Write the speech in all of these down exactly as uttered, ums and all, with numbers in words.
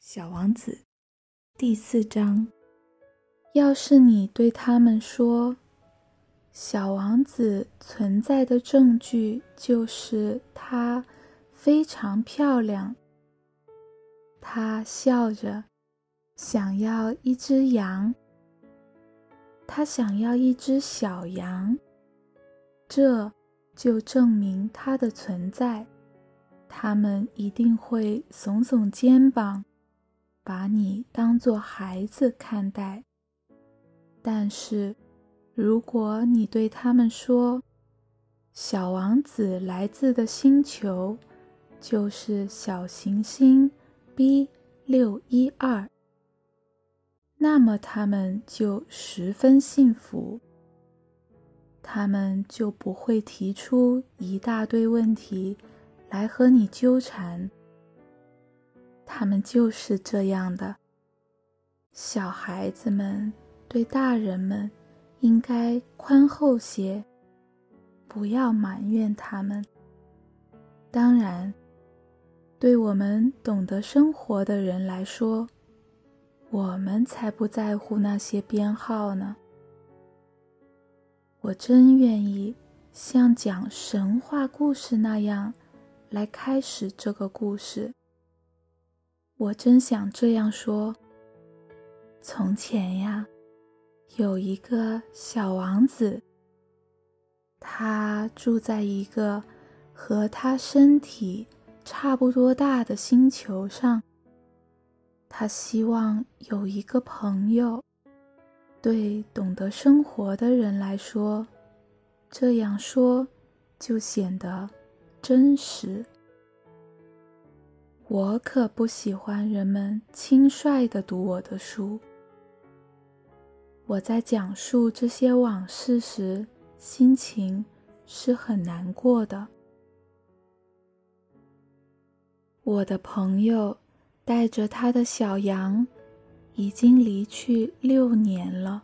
小王子第四章。要是你对他们说，小王子存在的证据就是她非常漂亮，她笑着想要一只羊，她想要一只小羊，这就证明她的存在。他们一定会耸耸肩膀，把你当作孩子看待。但是，如果你对他们说，小王子来自的星球就是小行星 B 六一二，那么他们就十分幸福，他们就不会提出一大堆问题来和你纠缠。他们就是这样的。小孩子们对大人们应该宽厚些，不要埋怨他们。当然，对我们懂得生活的人来说，我们才不在乎那些编号呢。我真愿意像讲神话故事那样来开始这个故事。我真想这样说：从前呀，有一个小王子，他住在一个和他身体差不多大的星球上。他希望有一个朋友。对懂得生活的人来说，这样说就显得真实。我可不喜欢人们轻率地读我的书。我在讲述这些往事时，心情是很难过的。我的朋友带着他的小羊已经离去六年了。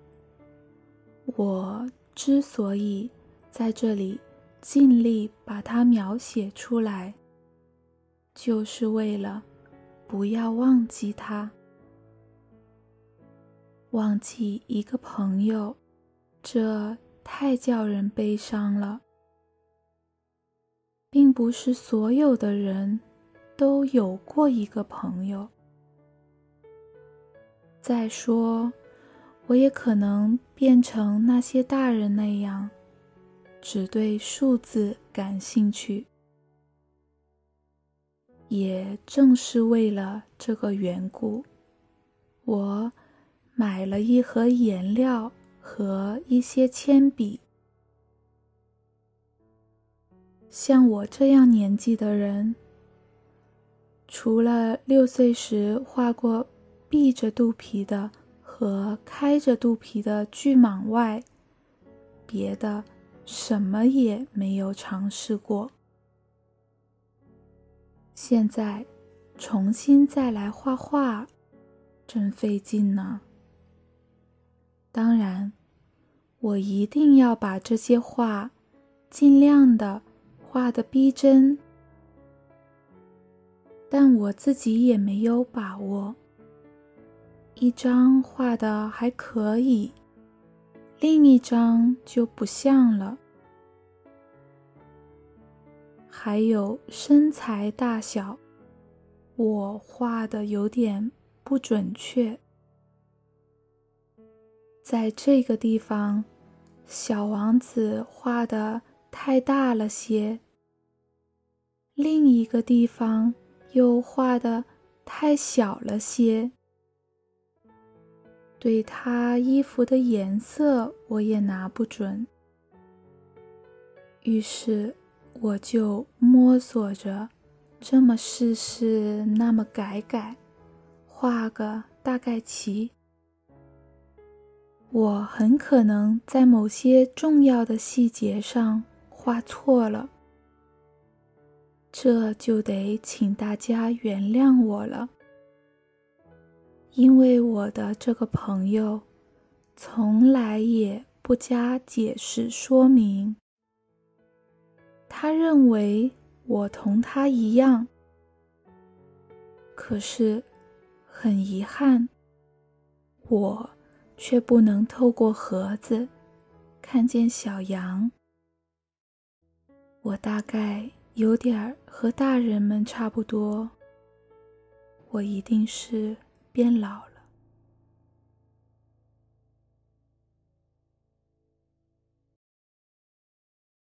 我之所以在这里尽力把它描写出来，就是为了不要忘记他。忘记一个朋友，这太叫人悲伤了。并不是所有的人都有过一个朋友。再说，我也可能变成那些大人那样，只对数字感兴趣。也正是为了这个缘故，我买了一盒颜料和一些铅笔。像我这样年纪的人，除了六岁时画过闭着肚皮的和开着肚皮的巨蟒外，别的什么也没有尝试过。现在重新再来画画，真费劲呢。当然，我一定要把这些画尽量的画得逼真，但我自己也没有把握。一张画得还可以，另一张就不像了。还有身材大小，我画得有点不准确。在这个地方，小王子画得太大了些，另一个地方又画得太小了些。对他衣服的颜色我也拿不准，于是我就摸索着这么试试那么改改，画个大概齐。我很可能在某些重要的细节上画错了，这就得请大家原谅我了。因为我的这个朋友从来也不加解释说明，他认为我同他一样。可是很遗憾，我却不能透过盒子看见小羊。我大概有点儿和大人们差不多，我一定是变老了。